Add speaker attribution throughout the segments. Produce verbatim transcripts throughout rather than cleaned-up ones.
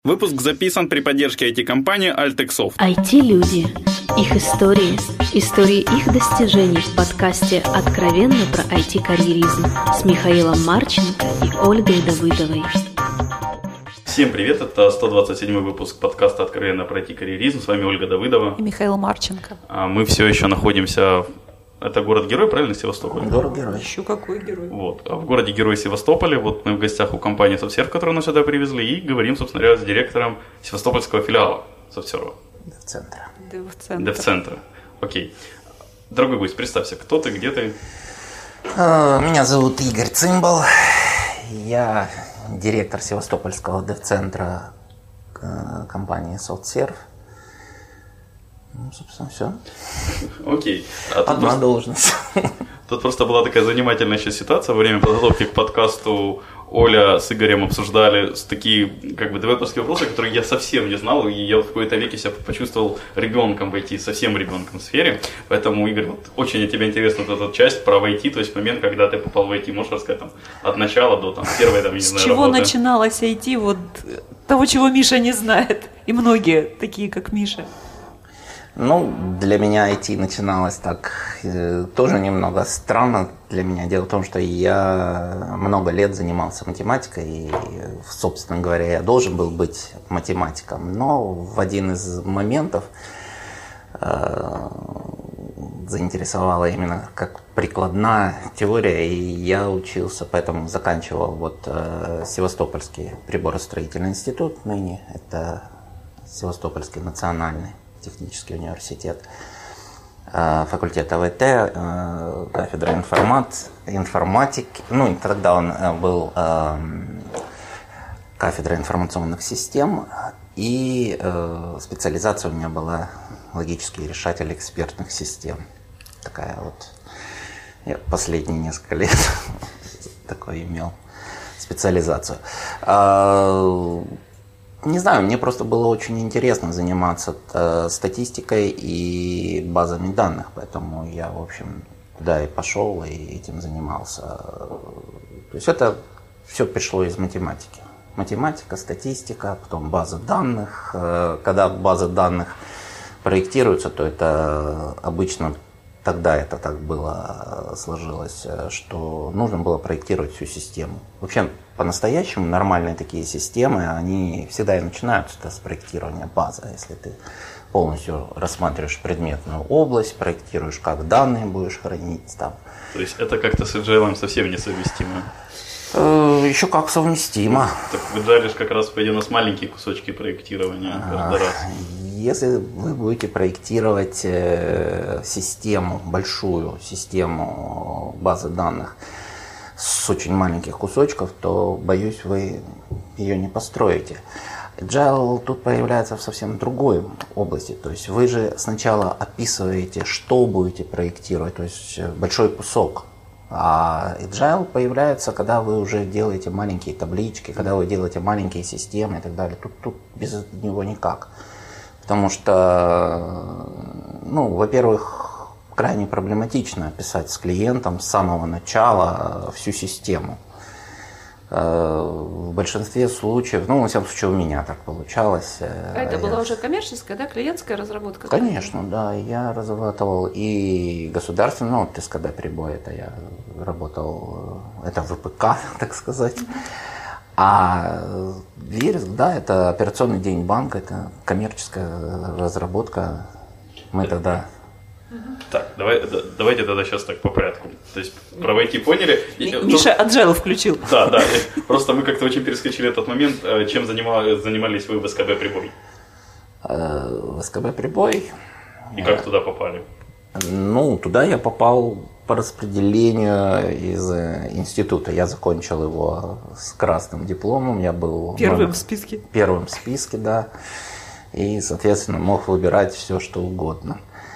Speaker 1: Выпуск записан при поддержке ай ти-компании Altexoft.
Speaker 2: ай ти-люди. Их истории. Истории их достижений в подкасте «Откровенно про ай ти-карьеризм» с Михаилом Марченко и Ольгой Давыдовой.
Speaker 1: Всем привет, это сто двадцать седьмой выпуск подкаста «Откровенно про ай ти-карьеризм». С вами Ольга Давыдова.
Speaker 3: И Михаил Марченко.
Speaker 1: Мы все еще находимся... Это город-герой, правильно, Севастополь?
Speaker 4: Город-герой.
Speaker 3: Еще какой герой.
Speaker 1: Вот. А в городе-герой Севастополе, вот мы в гостях у компании SoftServe, которую нас сюда привезли, и говорим, собственно говоря, с директором севастопольского филиала SoftServe.
Speaker 4: Дев-центра.
Speaker 3: Дев-центра.
Speaker 1: Дев-центра. Окей. Дорогой гость, представься, кто ты, где ты?
Speaker 4: Меня зовут Игорь Цимбал. Я директор севастопольского дев-центра компании SoftServe. Ну, собственно, все.
Speaker 1: Окей.
Speaker 4: А Одна просто... должность.
Speaker 1: Тут просто была такая занимательная сейчас ситуация. Во время подготовки к подкасту Оля с Игорем обсуждали такие как бы девелоперские вопросы, которые я совсем не знал, и я в какой-то веке себя почувствовал ребенком в ай ти, совсем ребенком в сфере. Поэтому, Игорь, вот очень тебе интересна вот эта часть про ай ти, то есть момент, когда ты попал в ай ти. Можешь рассказать там, от начала до там, первой, там, не
Speaker 3: С
Speaker 1: знаю,
Speaker 3: чего
Speaker 1: работы?
Speaker 3: начиналось ай ти, вот того, чего Миша не знает, и многие такие, как Миша?
Speaker 4: Ну, для меня ай ти начиналось так, э, тоже немного странно для меня. Дело в том, что я много лет занимался математикой, и, собственно говоря, я должен был быть математиком. Но в один из моментов э, заинтересовала именно как прикладная теория, и я учился, поэтому заканчивал вот э, Севастопольский приборостроительный институт, ныне это Севастопольский национальный технический университет, факультет АВТ, кафедра информат, информатики, ну тогда он был кафедра информационных систем, и специализация у меня была логический решатель экспертных систем. Такая вот, я последние несколько лет такой имел специализацию. Не знаю, мне просто было очень интересно заниматься э, статистикой и базами данных, поэтому я, в общем, туда и пошел, и этим занимался. То есть это все пришло из математики. Математика, статистика, потом база данных. Э, когда базы данных проектируются, то это обычно, тогда это так было, сложилось, что нужно было проектировать всю систему. Вообще, по-настоящему нормальные такие системы, они всегда и начинаются с проектирования базы. Если ты полностью рассматриваешь предметную область, проектируешь, как данные будешь хранить там.
Speaker 1: То есть это как-то с agile совсем несовместимо?
Speaker 4: Еще как совместимо.
Speaker 1: Так в agile как раз пойдет у нас маленькие кусочки проектирования каждый раз.
Speaker 4: Если вы будете проектировать систему, большую систему базы данных с очень маленьких кусочков, то, боюсь, вы ее не построите. Agile тут появляется в совсем другой области. То есть вы же сначала описываете, что будете проектировать, то есть большой кусок. А Agile появляется, когда вы уже делаете маленькие таблички, когда вы делаете маленькие системы и так далее. Тут, тут без него никак. Потому что, ну, во-первых, крайне проблематично описать с клиентом с самого начала всю систему. В большинстве случаев, ну, во всяком случае, у меня так получалось.
Speaker 3: А это я... была уже коммерческая, да, клиентская разработка?
Speaker 4: Конечно, да, я разрабатывал и государственный, ну, эс ка бэ прибой, это я работал, это вэ пэ ка, так сказать. А Вереск, да, это операционный день банка, это коммерческая разработка. Мы тогда...
Speaker 1: Так, давай, давайте тогда сейчас так по порядку. То есть про ай ти поняли.
Speaker 3: Миша Agile включил.
Speaker 1: Да, да. Просто мы как-то очень перескочили этот момент. Чем занимались, занимались вы в эс ка бэ прибой?
Speaker 4: В эс ка бэ прибой.
Speaker 1: И как туда попали?
Speaker 4: Ну, туда я попал по распределению из института. Я закончил его с красным дипломом. Я был
Speaker 3: первым
Speaker 4: номер...
Speaker 3: в списке.
Speaker 4: Первым в списке, да. И, соответственно, мог выбирать все, что угодно.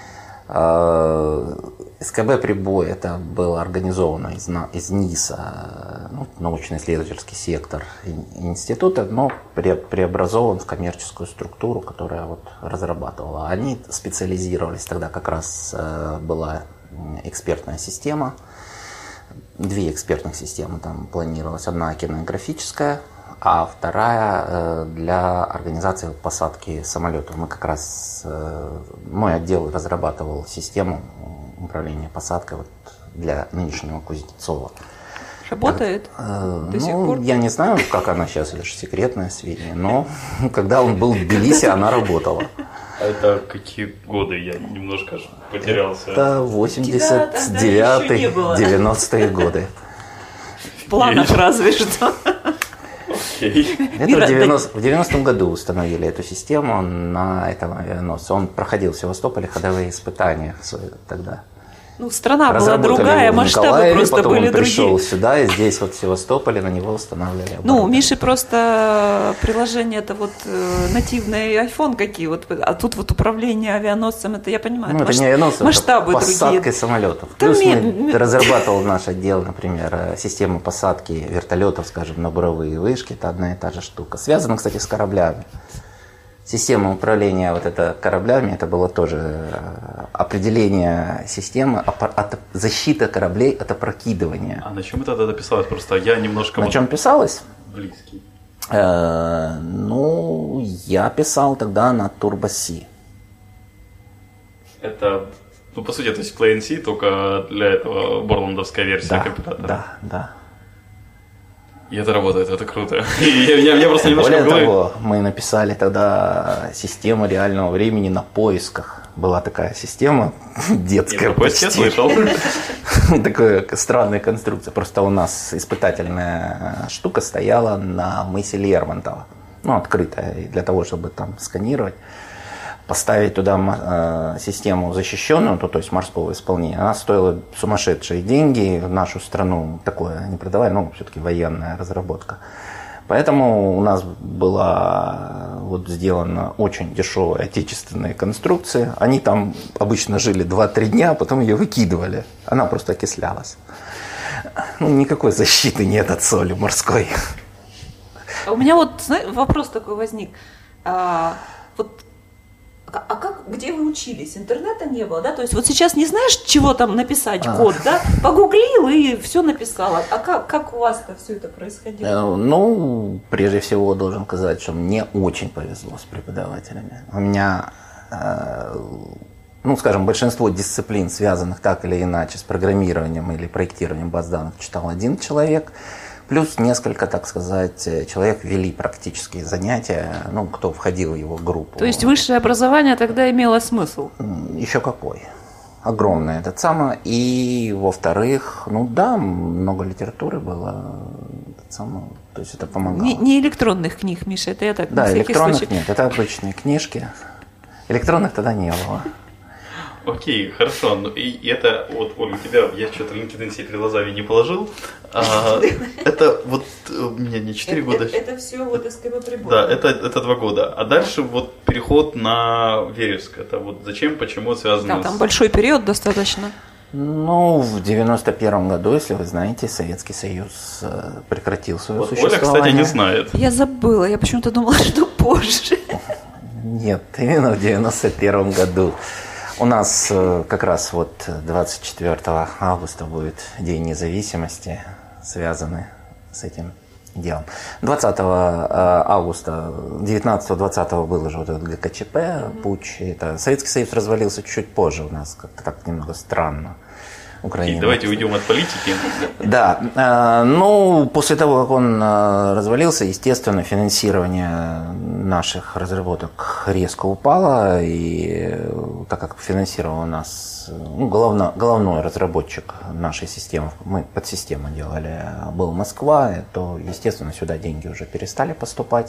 Speaker 4: эс ка бэ прибой это было организовано из, из НИСа, ну, научно-исследовательский сектор института, но пре, преобразован в коммерческую структуру, которая вот разрабатывала. Они специализировались, тогда как раз была экспертная система, две экспертных системы там планировалось. Одна кинематографическая, а вторая для организации посадки самолетов. Мы как раз, мой отдел разрабатывал систему управления посадкой вот для нынешнего Кузнецова.
Speaker 3: Работает
Speaker 4: э,
Speaker 3: до
Speaker 4: ну,
Speaker 3: сих пор?
Speaker 4: Я не знаю, как она сейчас, это же секретное сведение, но когда он был в Тбилиси, она работала.
Speaker 1: Это какие годы? Я немножко потерялся.
Speaker 4: Это восемьдесят девятый девяностые годы.
Speaker 3: В планах разве что.
Speaker 1: Окей.
Speaker 4: Это в, девяностом, в девяностом году установили эту систему на этом авианосце. Он проходил в Севастополе ходовые испытания тогда.
Speaker 3: Ну, страна была другая, масштабы просто
Speaker 4: потом
Speaker 3: были
Speaker 4: он пришел
Speaker 3: другие.
Speaker 4: сюда, и здесь вот в Севастополе на него устанавливали оборудование.
Speaker 3: Ну, у Миши просто приложение это вот э, нативный iPhone какие вот, а тут вот управление авианосцем, это я понимаю.
Speaker 4: Ну, это
Speaker 3: масш...
Speaker 4: не авианосцы,
Speaker 3: масштабы
Speaker 4: это посадкой
Speaker 3: другие.
Speaker 4: самолетов.
Speaker 3: Там
Speaker 4: Плюс
Speaker 3: ми...
Speaker 4: мы разрабатывал наш отдел, например, систему посадки вертолетов, скажем, на буровые вышки, это одна и та же штука. Связано, кстати, с кораблями. Система управления вот это кораблями, это было тоже определение системы от защиты кораблей от опрокидывания.
Speaker 1: А на чем это тогда писалось? Просто я немножко...
Speaker 4: На чем писалось?
Speaker 1: Близкий.
Speaker 4: Э, ну, я писал тогда на Turbo-C.
Speaker 1: Это, ну, по сути, то есть Plane C, только для этого борландовская версия
Speaker 4: Да,
Speaker 1: компилятора.
Speaker 4: да, да.
Speaker 1: И это работает, это круто. Я, я, я просто немножко
Speaker 4: Более
Speaker 1: голове...
Speaker 4: того, мы написали тогда систему реального времени на поисках. Была такая система детская.
Speaker 1: Нет, почти. Я слышал.
Speaker 4: Такая странная конструкция. Просто у нас испытательная штука стояла на мысе Лермонтова. Ну, открытая. И для того, чтобы там сканировать, поставить туда э, систему защищенную, то, то есть морского исполнения, она стоила сумасшедшие деньги. В нашу страну такое не продавали, но все-таки военная разработка. Поэтому у нас была вот сделана очень дешевая отечественная конструкция. Они там обычно жили два-три дня, а потом ее выкидывали. Она просто окислялась. Ну, никакой защиты нет от соли морской.
Speaker 3: А у меня вот знаете, вопрос такой возник. А, вот А как, где вы учились? Интернета не было, да? То есть вот сейчас не знаешь, чего там написать
Speaker 4: а.
Speaker 3: код, да? Погуглил и все написал. А как, как у вас-то все это происходило?
Speaker 4: Ну, прежде всего должен сказать, что мне очень повезло с преподавателями. У меня, ну, скажем, большинство дисциплин, связанных так или иначе с программированием или проектированием баз данных, читал один человек. Плюс несколько, так сказать, человек вели практические занятия, ну, кто входил в его группу.
Speaker 3: То есть высшее образование тогда имело смысл?
Speaker 4: Еще какой. Огромное это самое. И, во-вторых, ну да, много литературы было. Самое, то есть это помогало.
Speaker 3: Не, не электронных книг, Миша, это я так
Speaker 4: да,
Speaker 3: на всякий
Speaker 4: электронных
Speaker 3: случай.
Speaker 4: нет, это обычные книжки. Электронных тогда не было.
Speaker 1: Окей, хорошо. Ну, и это вот, Оля, у тебя, я что-то LinkedIn себе перед глазами не положил. А, это вот у меня не четыре года.
Speaker 3: Это, это все вот СКБ прибор.
Speaker 1: Да, это, это два года. А дальше вот переход на Вереск. Это вот зачем, почему связано
Speaker 3: Да, там
Speaker 1: с...
Speaker 3: большой период достаточно.
Speaker 4: Ну, в девяносто первом году, если вы знаете, Советский Союз прекратил свое
Speaker 1: вот
Speaker 4: существование.
Speaker 1: Оля, кстати, не знает.
Speaker 3: Я забыла, я почему-то думала, что позже.
Speaker 4: Нет, именно в девяносто первом году. У нас как раз вот двадцать четвёртого августа будет День независимости, связанный с этим делом. двадцатого августа, девятнадцатого-двадцатого был уже вот этот ГКЧП, mm-hmm. путч. Это, Советский Союз развалился чуть позже у нас, как-то так немного странно. Украина.
Speaker 1: Давайте уйдем от политики.
Speaker 4: Да, ну, после того, как он развалился, естественно, финансирование наших разработок резко упало, и так как финансировал нас, ну, головно, головной разработчик нашей системы, мы подсистему делали, был Москва, то, естественно, сюда деньги уже перестали поступать,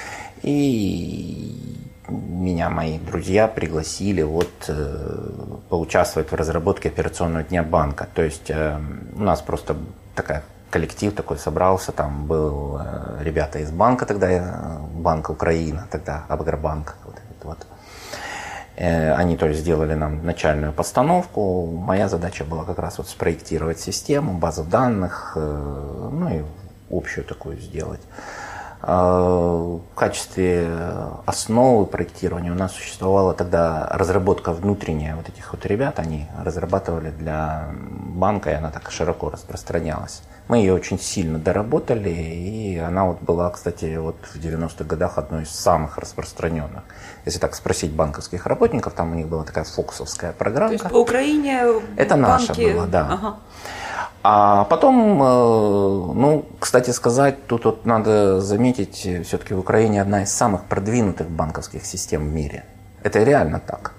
Speaker 4: и меня мои друзья пригласили вот э, поучаствовать в разработке операционного дня банка. То есть э, у нас просто такая коллектив такой собрался, там был э, ребята из банка тогда, э, Банк Украина, тогда Агробанк. Вот, вот. Э, они то есть сделали нам начальную постановку. Моя задача была как раз вот спроектировать систему, базу данных, э, ну и общую такую сделать. В качестве основы проектирования у нас существовала тогда разработка внутренняя вот этих вот ребят, они разрабатывали для банка, и она так широко распространялась. Мы ее очень сильно доработали, и она вот была, кстати, вот в девяностых годах одной из самых распространенных. Если так спросить банковских работников, там у них была такая фокусовская программка.
Speaker 3: То есть по Украине
Speaker 4: это
Speaker 3: банки...
Speaker 4: наша была, да.
Speaker 3: Ага.
Speaker 4: А потом, ну, кстати сказать, тут вот надо заметить, все-таки в Украине одна из самых продвинутых банковских систем в мире. Это реально так.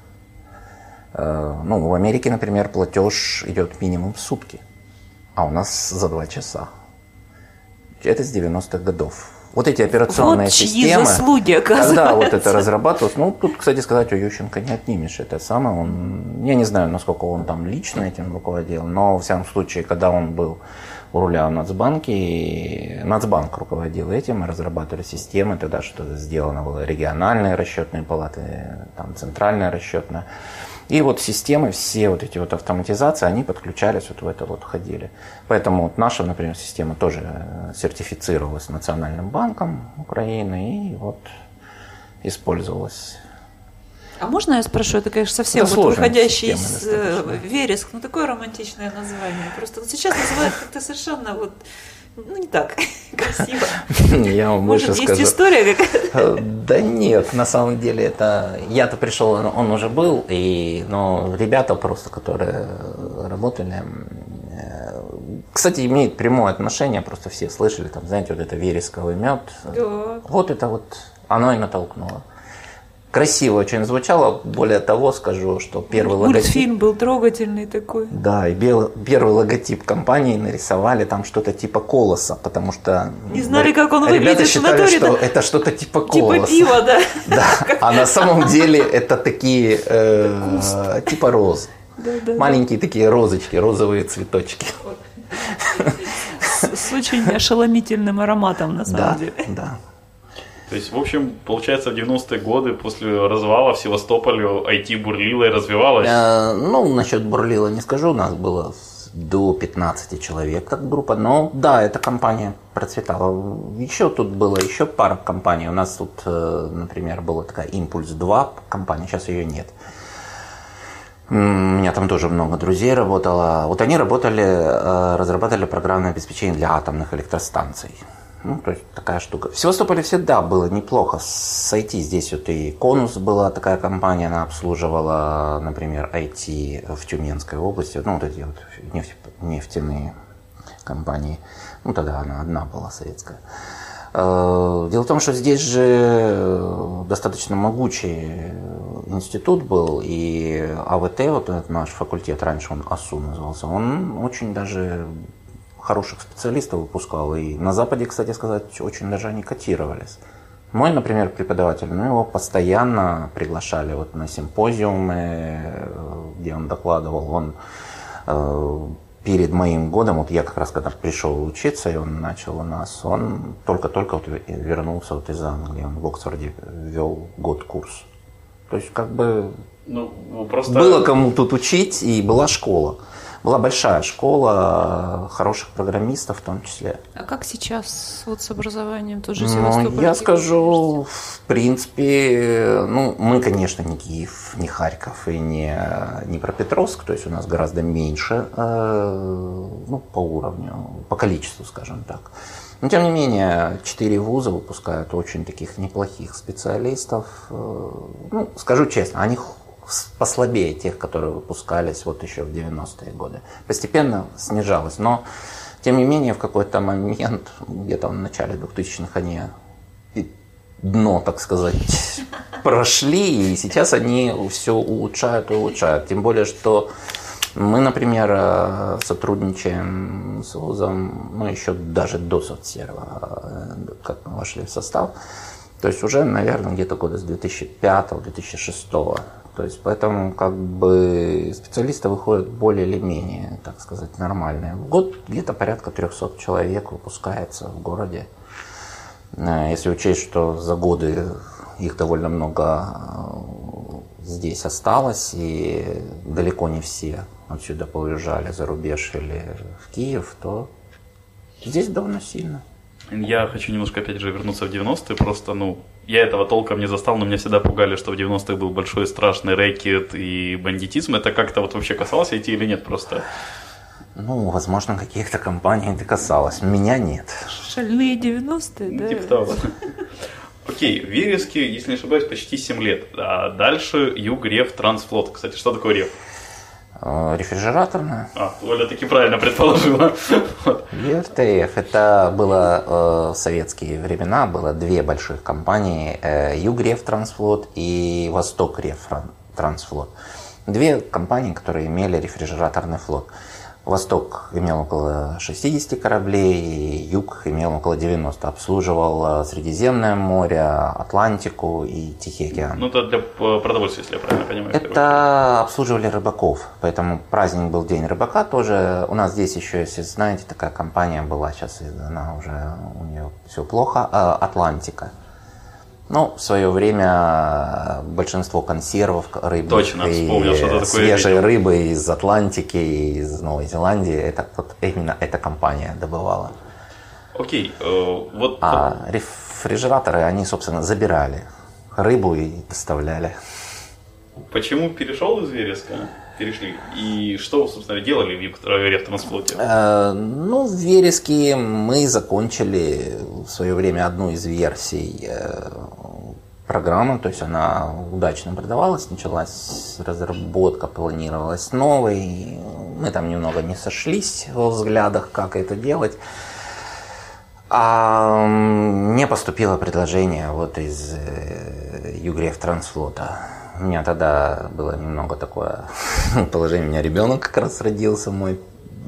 Speaker 4: Ну, в Америке, например, платеж идет минимум сутки, а у нас за два часа. Это с девяностых годов. Вот эти операционные
Speaker 3: вот чьи
Speaker 4: системы,
Speaker 3: заслуги, оказывается.
Speaker 4: когда вот это разрабатывалось, ну, тут, кстати сказать, у Ющенко не отнимешь это самое, он, я не знаю, насколько он там лично этим руководил, но, в всяком случае, когда он был у руля в Нацбанке, Нацбанк руководил этим, мы разрабатывали системы, тогда что-то сделано было, региональные расчетные палаты, там, центральная расчетная. И вот системы, все вот эти вот автоматизации, они подключались, вот в это вот ходили. Поэтому вот наша, например, система тоже сертифицировалась Национальным банком Украины и вот использовалась.
Speaker 3: А можно я спрошу, это, конечно, совсем
Speaker 4: это
Speaker 3: вот выходящий из
Speaker 4: достаточно.
Speaker 3: вереск, ну такое романтичное название. Просто вот сейчас называют как-то совершенно вот, ну не так красиво.
Speaker 4: Я вам
Speaker 3: Может,
Speaker 4: больше
Speaker 3: есть
Speaker 4: скажу.
Speaker 3: история какая-то?
Speaker 4: Да нет, на самом деле это... Я-то пришел, он уже был, и, но ребята просто, которые работали... Кстати, имеет прямое отношение, просто все слышали, там, знаете, вот это вересковый мед.
Speaker 3: Да.
Speaker 4: Вот это вот оно и натолкнуло. Красиво очень звучало, более того скажу, что первый логотип...
Speaker 3: Мультфильм был трогательный такой.
Speaker 4: Да, и бел... первый логотип компании нарисовали там что-то типа колоса, потому что...
Speaker 3: Не знали, как он
Speaker 4: ребята
Speaker 3: выглядит
Speaker 4: считали,
Speaker 3: в натуре,
Speaker 4: что
Speaker 3: да?
Speaker 4: это что-то типа
Speaker 3: Типа
Speaker 4: колоса.
Speaker 3: пива, да?
Speaker 4: Да, а на самом деле это такие э, типа роз.
Speaker 3: Да, да,
Speaker 4: маленькие такие розочки, розовые цветочки.
Speaker 3: С, с очень ошеломительным ароматом, на самом
Speaker 4: Да,
Speaker 3: деле.
Speaker 4: да.
Speaker 1: То есть, в общем, получается, в девяностые годы после развала в Севастополе ай ти бурлило и развивалось?
Speaker 4: Э, ну, насчет бурлила не скажу, у нас было до пятнадцати человек как группа, но да, эта компания процветала. Еще тут было еще пара компаний. У нас тут, например, была такая Импульс два компания, сейчас ее нет. У меня там тоже много друзей работало. Вот они работали, разрабатывали программное обеспечение для атомных электростанций. Ну, то есть такая штука. В Севастополе всегда было неплохо с ай ти. Здесь вот и Конус была такая компания, она обслуживала, например, ай ти в Тюменской области. Ну, вот эти вот нефть, нефтяные компании. Ну, тогда она одна была, советская. Дело в том, что здесь же достаточно могучий институт был, и АВТ, вот этот наш факультет, раньше он АСУ назывался, он очень даже хороших специалистов выпускал. И на Западе, кстати сказать, очень даже они котировались. Мой, например, преподаватель, ну, его постоянно приглашали вот на симпозиумы, где он докладывал. Он э, перед моим годом, вот я как раз когда пришел учиться, и он начал у нас, он только-только вот вернулся вот из Англии, он в Оксфорде вел год курс. То есть как бы
Speaker 1: ну, просто...
Speaker 4: было кому тут учить, и была школа. Была большая школа хороших программистов в том числе.
Speaker 3: А как сейчас вот с образованием тоже
Speaker 4: Ну,
Speaker 3: Севастополь?
Speaker 4: я скажу, в принципе, ну, мы, конечно, не Киев, не Харьков и не Днепропетровск, то есть у нас гораздо меньше, э, ну, по уровню, по количеству, скажем так. Но, тем не менее, четыре вуза выпускают очень таких неплохих специалистов. Э, ну, скажу честно, они послабее тех, которые выпускались вот еще в девяностые годы. Постепенно снижалось, но тем не менее в какой-то момент, где-то в начале двухтысячных, они дно, так сказать, прошли, и сейчас они все улучшают и улучшают. Тем более, что мы, например, сотрудничаем с вузом, ну, еще даже до соцсерва, как мы вошли в состав, то есть уже, наверное, где-то года с две тысячи пятого - две тысячи шестого. То есть поэтому как бы специалисты выходят более или менее, так сказать, нормальные. В год где-то порядка трехсот человек выпускается в городе. Если учесть, что за годы их довольно много здесь осталось, и далеко не все отсюда поуезжали за рубеж или в Киев, то здесь довольно сильно.
Speaker 1: Я хочу немножко, опять же, вернуться в девяностые. Просто, ну, я этого толком не застал, но меня всегда пугали, что в девяностых был большой страшный рэкет и бандитизм. Это как-то вот вообще касалось ай ти или нет просто?
Speaker 4: Ну, возможно, каких-то компаний это касалось. Меня нет.
Speaker 3: Шальные девяностые, да?
Speaker 1: Типа того. Окей, в Вереске, если не ошибаюсь, почти семь лет. А дальше Югреф Трансфлот. Кстати, что такое реф?
Speaker 4: Рефрижераторная.
Speaker 1: А, Оля таки правильно предположила.
Speaker 4: ю эф ти эф. Это было э, в советские времена, было две больших компании. Э, Югреф Трансфлот и Восток-Реф Трансфлот. Две компании, которые имели рефрижераторный флот. Восток имел около шестьдесят кораблей, Юг имел около девяноста. Обслуживал Средиземное море, Атлантику и Тихий океан.
Speaker 1: Ну, это для продовольствия, если я правильно понимаю.
Speaker 4: Это обслуживали рыбаков, поэтому праздник был День рыбака тоже. У нас здесь еще, если знаете, такая компания была, сейчас она уже, у нее все плохо, Атлантика. Ну, в свое время большинство консервов рыбных
Speaker 1: Точно, вспомнил, что это такое
Speaker 4: свежей рыбы из Атлантики, из Новой Зеландии, это вот именно эта компания добывала.
Speaker 1: Окей, э, вот...
Speaker 4: А рефрижераторы, они, собственно, забирали рыбу и доставляли.
Speaker 1: Почему перешел из Вереска? Перешли. И что, собственно, делали в Рефтрансфлоте?
Speaker 4: Э, ну, в Вереске мы закончили в свое время одну из версий э, программы, то есть она удачно продавалась, началась разработка, планировалась новой. Мы там немного не сошлись во взглядах, как это делать. А мне поступило предложение вот из э, Югреф Трансфлота. У меня тогда было немного такое положение, у меня ребенок как раз родился мой.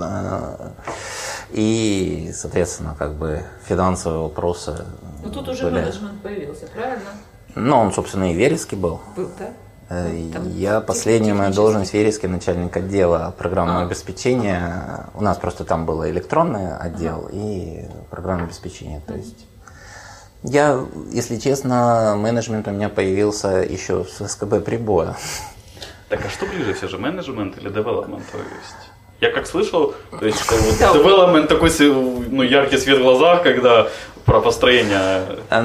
Speaker 4: И, соответственно, как бы финансовые вопросы.
Speaker 3: Ну тут уже были. Менеджмент появился, правильно?
Speaker 4: Ну, он, собственно, и в Вереске был.
Speaker 3: Был, да?
Speaker 4: Там Я последняя моя должность в Вереске, начальник отдела программного а. обеспечения. У нас просто там был электронный отдел ага. и программное обеспечение. То есть я, если честно, менеджмент у меня появился еще с эс ка бэ прибоя.
Speaker 1: Так, а что ближе все же, менеджмент или девелопмент? То есть, я как слышал, то есть, что вот девелопмент такой, ну, яркий свет в глазах, когда про построение.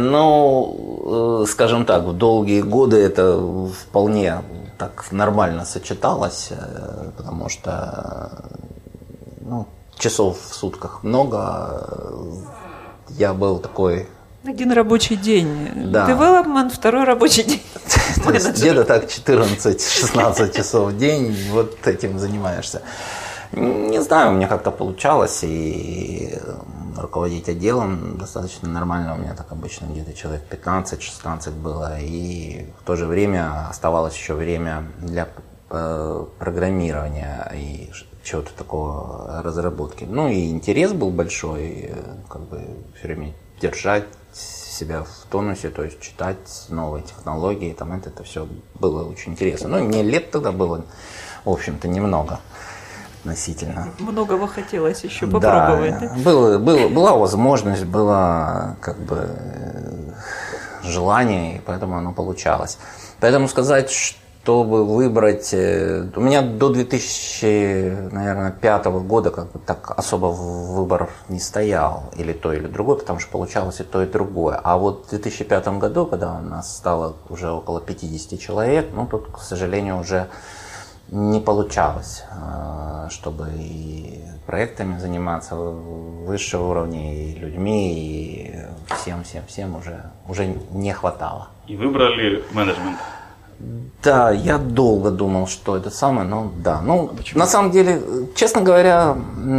Speaker 4: Ну, скажем так, в долгие годы это вполне так нормально сочеталось, потому что, ну, часов в сутках много. Я был такой...
Speaker 3: Один рабочий день.
Speaker 4: Да.
Speaker 3: Development, второй рабочий день.
Speaker 4: То есть где-то так четырнадцать-шестнадцать часов в день вот этим занимаешься. Не знаю, у меня как-то получалось, и руководить отделом достаточно нормально. У меня так обычно где-то человек пятнадцать-шестнадцать было, и в то же время оставалось еще время для программирования и чего-то такого разработки. Ну и интерес был большой, как бы все время держать себя в тонусе, то есть читать новые технологии, там это, это все было очень интересно. Ну и мне лет тогда было, в общем-то, немного относительно.
Speaker 3: Многого хотелось еще попробовать.
Speaker 4: Да, было, было, была возможность, было как бы желание, и поэтому оно получалось. Поэтому сказать, чтобы выбрать... У меня до две тысячи пятого года как бы так особо выбор не стоял, или то, или другое, потому что получалось и то, и другое. А вот в две тысячи пятом году, когда у нас стало уже около пятьдесят человек, ну тут, к сожалению, уже не получалось, чтобы и проектами заниматься высшего уровня, и людьми, и всем-всем-всем уже, уже не хватало.
Speaker 1: И выбрали менеджмент.
Speaker 4: Да, я долго думал, что это самое, но да. Ну, а на самом деле, честно говоря,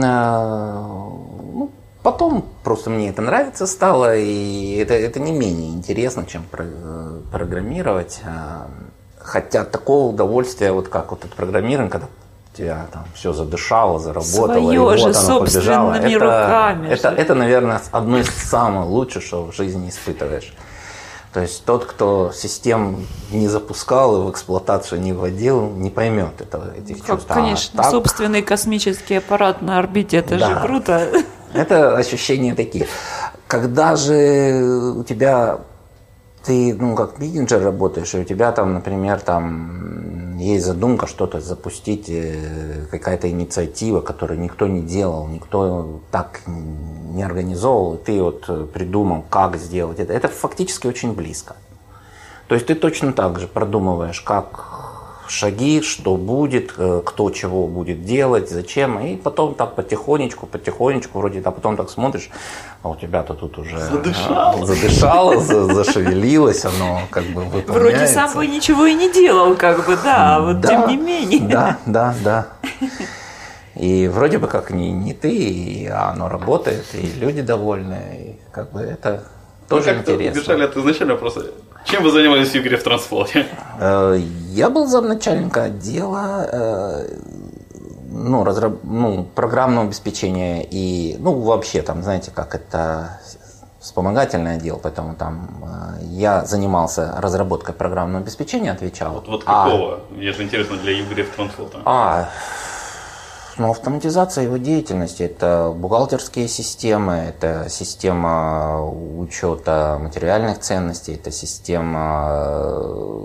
Speaker 4: ну, потом просто мне это нравится стало, и это, это не менее интересно, чем программировать. Хотя такого удовольствия, вот как вот это программирование, когда тебя там все задышало, заработало,
Speaker 3: Своё
Speaker 4: и вот
Speaker 3: же
Speaker 4: оно побежало. Это,
Speaker 3: руками,
Speaker 4: это, это, наверное, одно из самых лучших, что в жизни испытываешь. То есть тот, кто систем не запускал и в эксплуатацию не вводил, не поймет этого, этих
Speaker 3: как,
Speaker 4: чувств.
Speaker 3: Конечно,
Speaker 4: а так,
Speaker 3: собственный космический аппарат на орбите, это
Speaker 4: да,
Speaker 3: же круто.
Speaker 4: Это ощущения такие. Когда же у тебя, ты, ну, как менеджер работаешь, и у тебя там, например, там есть задумка что-то запустить, какая-то инициатива, которую никто не делал, никто так не организовывал, и ты вот придумал, как сделать это. Это фактически очень близко. То есть ты точно так же продумываешь, как шаги, что будет, кто чего будет делать, зачем, и потом так потихонечку, потихонечку, вроде, а потом так смотришь, а у тебя-то тут уже
Speaker 1: задышало,
Speaker 4: задышало зашевелилось, оно как бы выполняется.
Speaker 3: Вроде сам бы ничего и не делал, как бы, да, вот да, тем не менее.
Speaker 4: Да, да, да. И вроде бы как не, не ты, и оно работает, и люди довольны, и как бы это тоже
Speaker 1: ну,
Speaker 4: интересно.
Speaker 1: Убежали от изначального вопроса. Чем вы занимались в Игоре в Трансфлоте?
Speaker 4: Я был замначальника отдела ну, разраб... ну, программного обеспечения и, ну, вообще, там, знаете, как это вспомогательный отдел, поэтому там я занимался разработкой программного обеспечения, отвечал.
Speaker 1: Вот, вот какого? А... Мне же интересно для Игоря в Трансфлота.
Speaker 4: А, ну, автоматизация его деятельности, это бухгалтерские системы, это система учета материальных ценностей, это система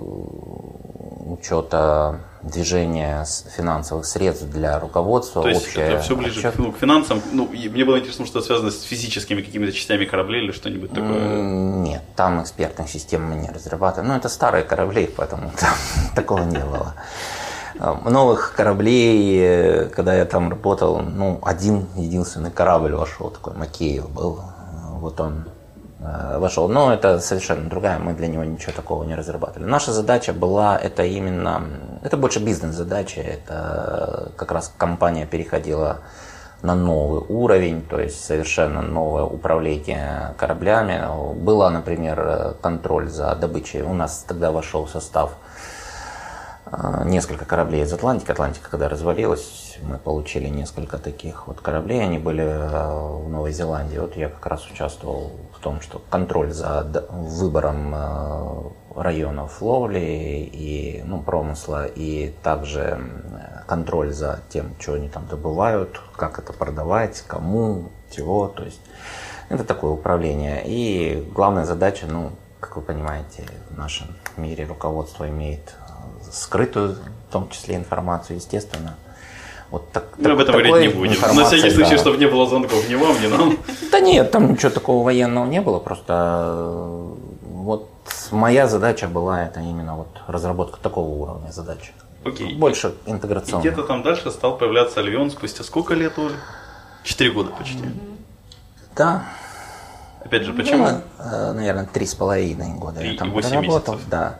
Speaker 4: учета движения финансовых средств для руководства.
Speaker 1: То есть
Speaker 4: общая,
Speaker 1: это все ближе отчет... к финансам. Ну, мне было интересно, что связано с физическими какими-то частями кораблей или что-нибудь такое.
Speaker 4: Нет, там экспертных систем мы не разрабатываем. Ну, это старые корабли, поэтому там такого не было. Новых кораблей, когда я там работал, ну, один единственный корабль вошел, такой Макеев был, вот он э, вошел. Но это совершенно другая, мы для него ничего такого не разрабатывали. Наша задача была, это именно, это больше бизнес-задача, это как раз компания переходила на новый уровень, то есть совершенно новое управление кораблями. Была, например, контроль за добычей, у нас тогда вошел в состав несколько кораблей из Атлантики. Атлантика, когда развалилась, мы получили несколько таких вот кораблей. Они были в Новой Зеландии. Вот я как раз участвовал в том, что контроль за выбором районов ловли и ну, промысла, и также контроль за тем, что они там добывают, как это продавать, кому, чего. То есть это такое управление. И главная задача, ну, как вы понимаете, в нашем мире руководство имеет скрытую, в том числе, информацию, естественно. Вот так,
Speaker 1: Мы так, об этом говорить не будем. На всякий случай, да. Чтобы не было звонков ни вам, ни нам.
Speaker 4: Да нет, там ничего такого военного не было, просто вот моя задача была это именно вот разработка такого уровня задачи.
Speaker 1: Окей.
Speaker 4: Больше интеграционно.
Speaker 1: И где-то там дальше стал появляться Альвион спустя сколько лет, Оль? Четыре года почти.
Speaker 4: Да.
Speaker 1: Опять же, почему?
Speaker 4: Ну, наверное, три с половиной года
Speaker 1: три
Speaker 4: я там
Speaker 1: и восемь
Speaker 4: работал.
Speaker 1: месяцев.
Speaker 4: Да.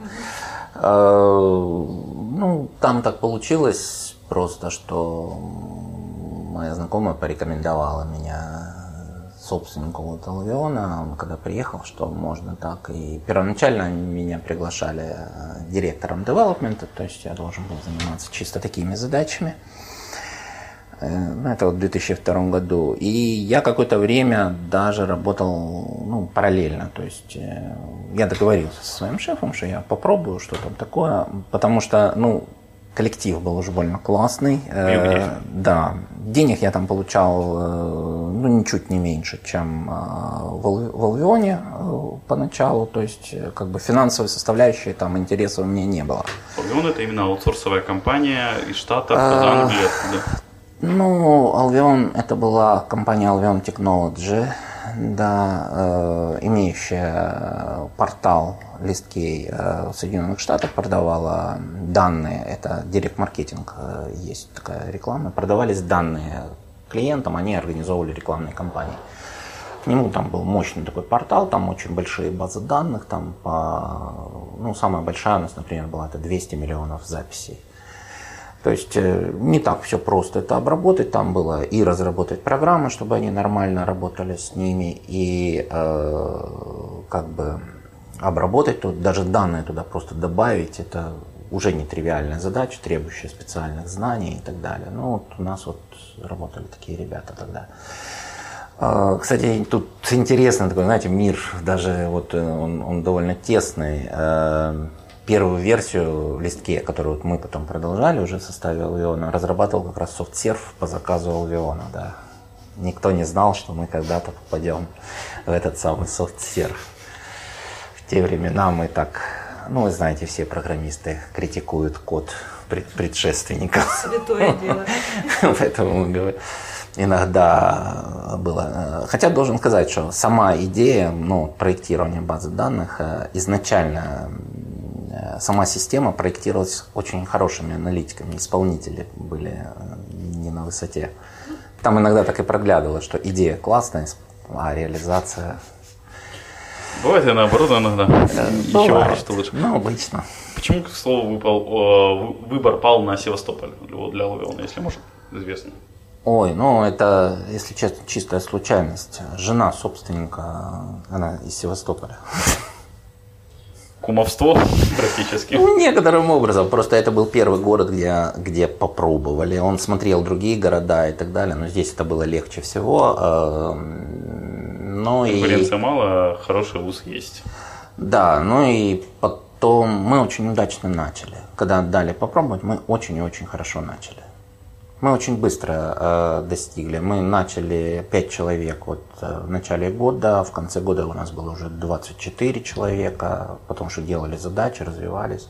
Speaker 4: Ну, там так получилось просто, что моя знакомая порекомендовала меня собственнику вот Альвиона, он когда приехал, что можно так. И первоначально меня приглашали директором девелопмента, то есть я должен был заниматься чисто такими задачами. Это вот в две тысячи втором году. И я какое-то время даже работал ну, параллельно. То есть я договорился со своим шефом, что я попробую, что там такое. Потому что ну, коллектив был уже больно классный. Э, да. Денег я там получал ну, ничуть не меньше, чем в Альвионе поначалу. То есть как бы финансовой составляющей там интереса у меня не было.
Speaker 1: Альвион это именно аутсорсовая компания из Штатов, из Англии, откуда?
Speaker 4: Ну, Альвион, это была компания Alveon Technology, да, э, имеющая портал листкей э, в Соединенных Штатах, продавала данные, это директ-маркетинг, э, есть такая реклама, продавались данные клиентам, они организовывали рекламные кампании. К нему там был мощный такой портал, там очень большие базы данных, там по, ну, самая большая у нас, например, была это двести миллионов записей. То есть не так все просто это обработать, там было и разработать программы, чтобы они нормально работали с ними, и э, как бы обработать, тут даже данные туда просто добавить, это уже нетривиальная задача, требующая специальных знаний и так далее. Ну вот у нас вот работали такие ребята тогда. Э, кстати, тут интересный такой, знаете, мир, даже вот он, он довольно тесный. Э, Первую версию в листке, которую вот мы потом продолжали уже в составе Альвиона, разрабатывал как раз софтсерв по заказу Альвиона. Да. Никто не знал, что мы когда-то попадем в этот самый софтсерв. В те времена мы так Ну, вы знаете, все программисты критикуют код предшественников.
Speaker 3: Святое дело.
Speaker 4: Поэтому мы говорим, иногда было. Хотя должен сказать, что сама идея, ну, проектирования базы данных изначально, сама система проектировалась очень хорошими аналитиками, исполнители были не на высоте. Там иногда так и проглядывало, что идея классная, а реализация...
Speaker 1: Бывает и наоборот иногда.
Speaker 4: Бывает.
Speaker 1: Еще вопрос, что лучше.
Speaker 4: Ну, обычно.
Speaker 1: Почему, к слову, выпал, выбор пал на Севастополь для Алвиона, если, может, известно?
Speaker 4: Ой, ну это, если честно, чистая случайность. Жена собственника, она из Севастополя.
Speaker 1: Кумовство практически.
Speaker 4: Ну, некоторым образом. Просто это был первый город, где, где попробовали. Он смотрел другие города и так далее, но здесь это было легче всего. Но
Speaker 1: Конкуренции
Speaker 4: и...
Speaker 1: мало, хороший вуз есть.
Speaker 4: Да, ну и потом мы очень удачно начали. Когда дали попробовать, мы очень и очень хорошо начали. Мы очень быстро э, достигли. Мы начали пять человек вот, э, в начале года, в конце года у нас было уже двадцать четыре человека, потому что делали задачи, развивались.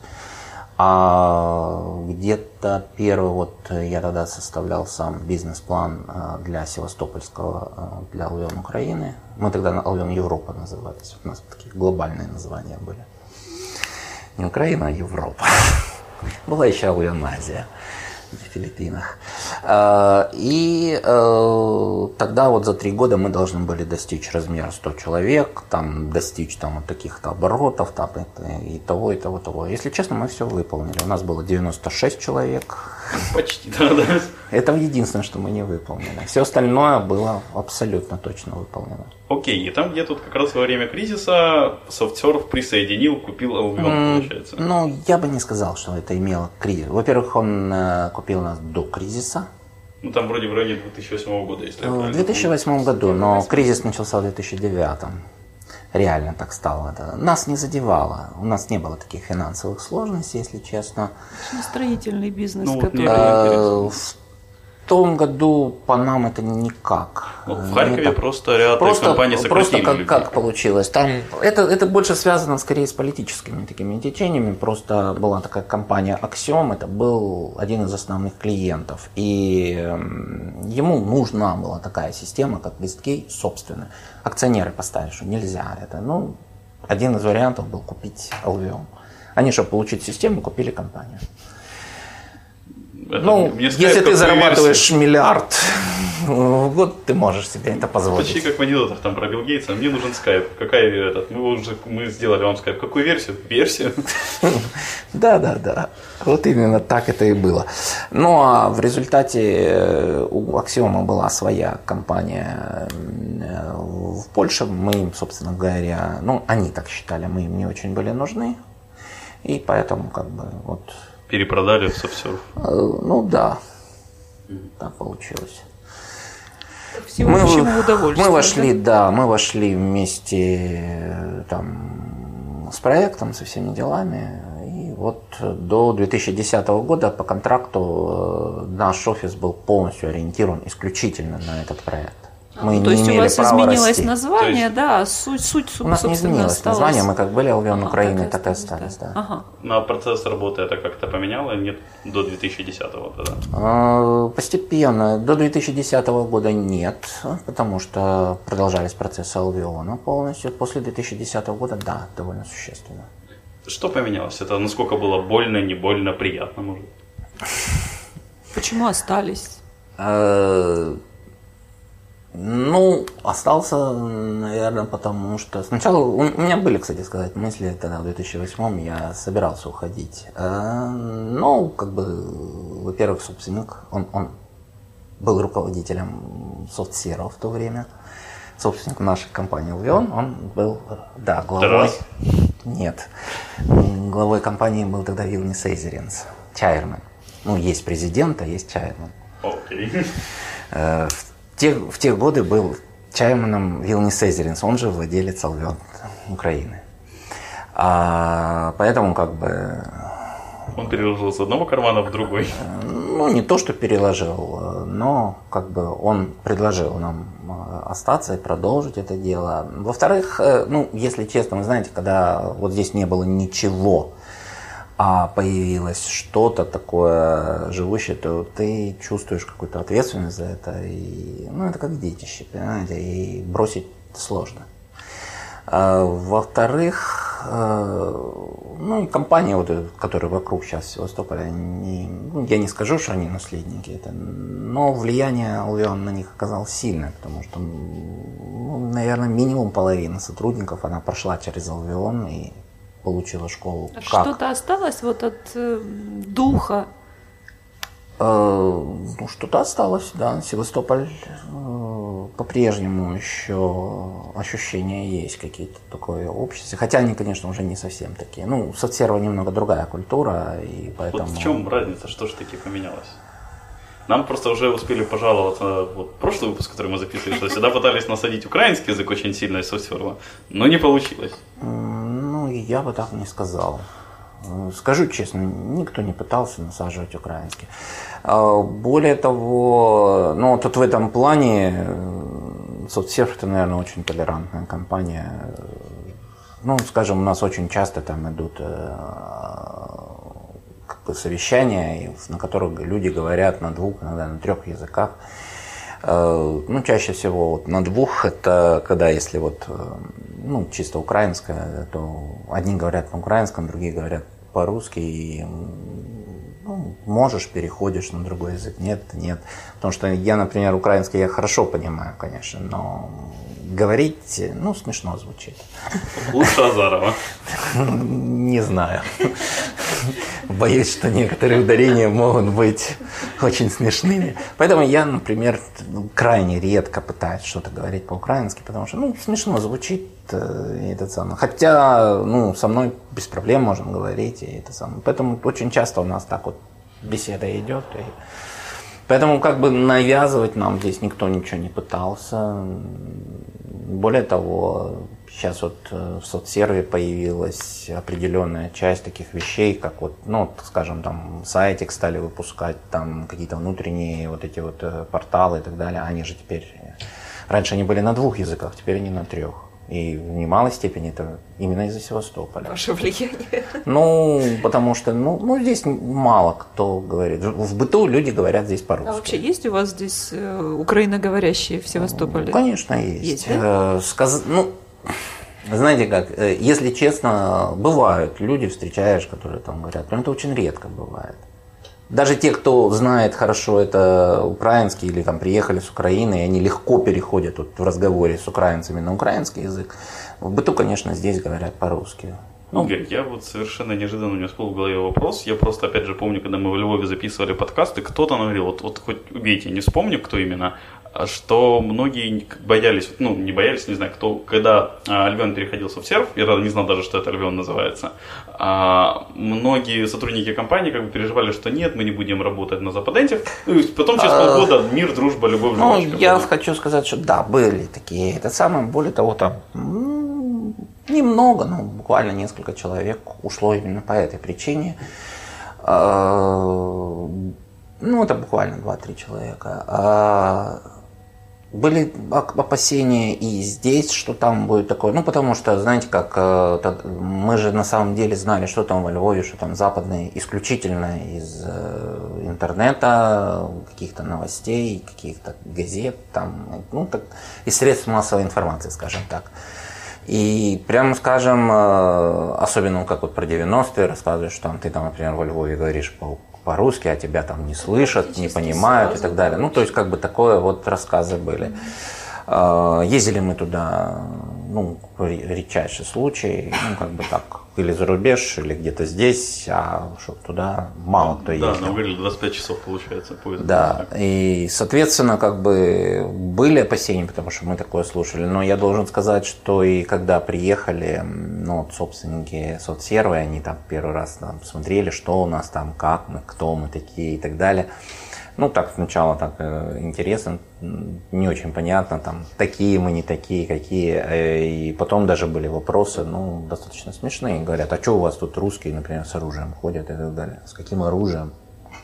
Speaker 4: А где-то первый, вот я тогда составлял сам бизнес-план э, для Севастопольского, э, для Алвион Украины. Мы тогда на Алвион Европа назывались, у нас такие глобальные названия были. Не Украина, а Европа. Была еще Алвион Азия. В Филиппинах. И тогда вот за три года мы должны были достичь размера сто человек, там достичь там вот таких-то оборотов, там и того, и того, и того. Если честно, мы все выполнили. У нас было девяносто шесть человек.
Speaker 1: Почти, да, да.
Speaker 4: Это единственное, что мы не выполнили. Все остальное было абсолютно точно выполнено.
Speaker 1: Окей, и там где тут как раз во время кризиса SoftServe присоединил, купил Albion, mm, получается.
Speaker 4: Ну, я бы не сказал, что это имело кризис. Во-первых, он э, купил нас до кризиса.
Speaker 1: Ну, там вроде в районе две тысячи восьмого года, если я правильно
Speaker 4: помню. В две тысячи восьмом году, но кризис начался в две тысячи девятом. Реально так стало. Это нас не задевало. У нас не было таких финансовых сложностей, если честно.
Speaker 3: Строительный бизнес,
Speaker 1: ну,
Speaker 3: который...
Speaker 1: А,
Speaker 4: в том году по нам это никак.
Speaker 1: Ну, в Харькове
Speaker 4: так...
Speaker 1: просто ряд
Speaker 4: просто,
Speaker 1: компаний сократили.
Speaker 4: Просто как, как получилось. Там это, это больше связано скорее с политическими такими течениями. Просто была такая компания Axiom, это был один из основных клиентов. И ему нужна была такая система, как листкей, собственная. Акционеры поставили, что нельзя это. Ну, один из вариантов был купить Albion. Они, чтобы получить систему, купили компанию. Это ну, если ты зарабатываешь версию. миллиард в год, ты можешь себе это позволить.
Speaker 1: Почти как в анекдотах там про Билл Гейтса. Мне нужен скайп. Какая этот? Мы уже мы сделали вам скайп. Какую версию? Версию?
Speaker 4: Да, да, да. Вот именно так это и было. Ну а в результате у Axiom была своя компания в Польше. Мы им, собственно говоря, ну они так считали, мы им не очень были нужны. И поэтому как бы вот.
Speaker 1: Перепродали в SoftServe.
Speaker 4: Ну да, так получилось.
Speaker 3: Всему мы, удовольствие.
Speaker 4: Мы вошли, да? да, мы вошли вместе там с проектом, со всеми делами. И вот до две тысячи десятого года по контракту наш офис был полностью ориентирован исключительно на этот проект. Мы
Speaker 3: То
Speaker 4: не
Speaker 3: есть у вас изменилось
Speaker 4: расти.
Speaker 3: название,
Speaker 1: есть...
Speaker 3: да, суть, суть,
Speaker 4: у нас не изменилось
Speaker 3: осталось...
Speaker 4: название, мы как были Albion
Speaker 3: ага,
Speaker 4: Украины,
Speaker 3: так,
Speaker 4: так и остались, да.
Speaker 3: Ага.
Speaker 1: Ну а процесс работы это как-то поменяло? Нет, до две тысячи десятого тогда?
Speaker 4: Постепенно. До две тысячи десятого года нет, потому что продолжались процессы Albion полностью. После две тысячи десятого года, да, довольно существенно.
Speaker 1: Что поменялось? Это насколько было больно, не больно, приятно, может?
Speaker 3: Почему остались?
Speaker 4: Ну, остался, наверное, потому что... Сначала у меня были, кстати сказать, мысли тогда в две тысячи восьмом, я собирался уходить. Но, как бы, во-первых, собственник, он, он был руководителем SoftServe в то время. Собственник нашей компании Albion, он был, да, главой...
Speaker 1: Тарас?
Speaker 4: Нет. Главой компании был тогда Вилни Сейзеренс, chairman. Ну, есть президент, а есть chairman.
Speaker 1: Окей.
Speaker 4: Okay. В те, в те годы был чайманом Вилни Сейзеренс, он же владелец Albion Украины. А, поэтому как бы...
Speaker 1: Он переложил с одного кармана в другой.
Speaker 4: Ну, не то, что переложил. но как бы он предложил нам остаться и продолжить это дело. Во-вторых, ну, если честно, вы знаете, когда вот здесь не было ничего, а появилось что-то такое живущее, то ты чувствуешь какую-то ответственность за это. И, ну, это как детище, понимаете, и бросить сложно. А, во-вторых, ну, и компания, вот, которая вокруг сейчас Севастополя, не, ну, я не скажу, что они наследники, это, но влияние Alveon на них оказалось сильное, потому что, ну, наверное, минимум половина сотрудников, она прошла через Alveon и получила школу.
Speaker 3: А что-то осталось вот от э, духа?
Speaker 4: Э, ну, что-то осталось, да. Севастополь э, по-прежнему еще ощущения есть какие-то такое общество. Хотя они, конечно, уже не совсем такие. Ну, соцсерва немного другая культура, и поэтому...
Speaker 1: Вот в чем разница, что же таки поменялось? Нам просто уже успели пожаловаться, вот прошлый выпуск, который мы записывали, что сюда пытались насадить украинский язык очень сильно из соцсерва, но не получилось.
Speaker 4: Ну, я бы так не сказал. Скажу честно, никто не пытался насаживать украинский. Более того, ну, тут в этом плане соцсерв — это, наверное, очень толерантная компания. Ну, скажем, у нас очень часто там идут совещания, на которых люди говорят на двух, иногда на трех языках. Ну, чаще всего вот на двух, это когда, если вот, ну, чисто украинское, то одни говорят на украинском, другие говорят по-русски, и, ну, можешь, переходишь на другой язык, нет, нет. Потому что я, например, украинский я хорошо понимаю, конечно, но говорить, ну, смешно звучит.
Speaker 1: Лучше Азарова.
Speaker 4: Не знаю. Боюсь, что некоторые ударения могут быть очень смешными. Поэтому я, например, крайне редко пытаюсь что-то говорить по-украински, потому что, ну, смешно звучит. И это самое. Хотя, ну, со мной без проблем можно говорить. И это самое. Поэтому очень часто у нас так вот беседа идет. И... Поэтому как бы навязывать нам здесь никто ничего не пытался. Более того, сейчас вот в соцсерве появилась определенная часть таких вещей, как вот, ну, скажем, там сайтик стали выпускать, там какие-то внутренние вот эти вот порталы и так далее. Они же теперь, раньше они были на двух языках, теперь они на трех. И в немалой степени это именно из-за Севастополя.
Speaker 3: Ваше влияние.
Speaker 4: Ну, потому что, ну, ну, здесь мало кто говорит. В быту люди говорят здесь по-русски.
Speaker 3: А вообще есть у вас здесь э, украиноговорящие в Севастополе?
Speaker 4: Ну, конечно, есть.
Speaker 3: Есть, да?
Speaker 4: Э, сказ... Ну, знаете как, э, если честно, бывают люди, встречаешь, которые там говорят, но это очень редко бывает. Даже те, кто знает хорошо это украинский или там приехали с Украины, и они легко переходят вот в разговоре с украинцами на украинский язык, в быту, конечно, здесь говорят по-русски.
Speaker 1: Ну, Игорь, я вот совершенно неожиданно у меня всплыл в голове вопрос. Я просто, опять же, помню, когда мы в Львове записывали подкасты, кто-то нам говорил, вот, вот хоть убейте, не вспомню, кто именно, что многие боялись, ну, не боялись, не знаю, кто, когда Alveon переходил в соцсерв, я не знал даже, что это Alveon называется, а многие сотрудники компании как бы переживали, что нет, мы не будем работать на западентах, ну, и потом через полгода мир, дружба, любовь,
Speaker 4: ну,
Speaker 1: жвачка.
Speaker 4: Я была. Хочу сказать, что да, были такие, это самое, более того, там, немного, ну, буквально несколько человек ушло именно по этой причине. Ну, это буквально два-три человека. Были опасения и здесь, что там будет такое. Ну, потому что, знаете, как мы же на самом деле знали, что там во Львове, что там западные, исключительно из интернета, каких-то новостей, каких-то газет, там, ну, так, из средств массовой информации, скажем так. И прямо скажем, особенно как вот про девяностые рассказываешь, что там, ты там, например, во Львове говоришь по по-русски, а тебя там не слышат, не понимают и так далее. Ну, то есть, как бы такое вот рассказы были. Ездили мы туда, ну, редчайший случай, ну, как бы так, или за рубеж, или где-то здесь, а чтобы туда мало кто ездил.
Speaker 1: Да, нам говорили, двадцать пять часов получается поезд.
Speaker 4: Да, и, соответственно, как бы были опасения, потому что мы такое слушали, но я должен сказать, что и когда приехали, ну, вот собственники соцсервы, они там первый раз там смотрели, что у нас там, как мы, кто мы такие и так далее. Ну, так сначала так э, интересно, не очень понятно, там, такие мы, не такие, какие. Э, и потом даже были вопросы, ну, достаточно смешные. Говорят, а что у вас тут русские, например, с оружием ходят и так далее? С каким оружием?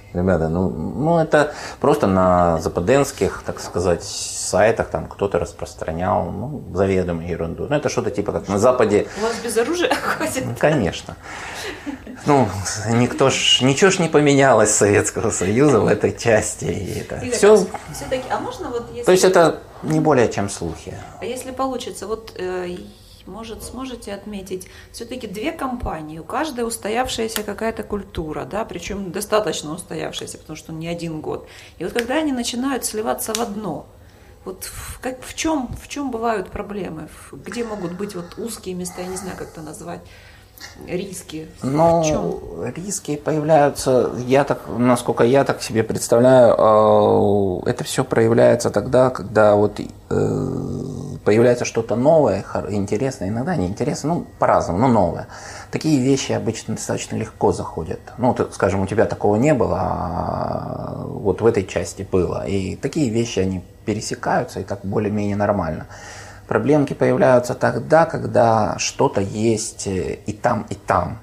Speaker 4: Ребята, ну, ну это просто на западенских, так сказать, сайтах там кто-то распространял, ну, заведомо ерунду. Ну, это что-то типа как на Западе.
Speaker 3: У вас без оружия ходит?
Speaker 4: Ну, конечно. Ну, никто ж, ничего ж не поменялось Советского Союза в этой части. И это
Speaker 3: и
Speaker 4: все...
Speaker 3: Все-таки, а можно вот если...
Speaker 4: То есть это не более чем слухи.
Speaker 3: А если получится, вот... Э, может, сможете отметить, все-таки две компании, у каждой устоявшаяся какая-то культура, да, причем достаточно устоявшаяся, потому что не один год. И вот когда они начинают сливаться в одно, вот в, как, в, чем, в чем бывают проблемы, где могут быть вот узкие места, я не знаю, как это назвать, риски?
Speaker 4: Ну,
Speaker 3: в чем?
Speaker 4: Риски появляются, я так, насколько я так себе представляю, это все проявляется тогда, когда вот появляется что-то новое, интересное, иногда неинтересное, ну, по-разному, но новое. Такие вещи обычно достаточно легко заходят. Ну, вот, скажем, у тебя такого не было, а вот в этой части было. И такие вещи, они пересекаются, и так более-менее нормально. Проблемки появляются тогда, когда что-то есть и там, и там.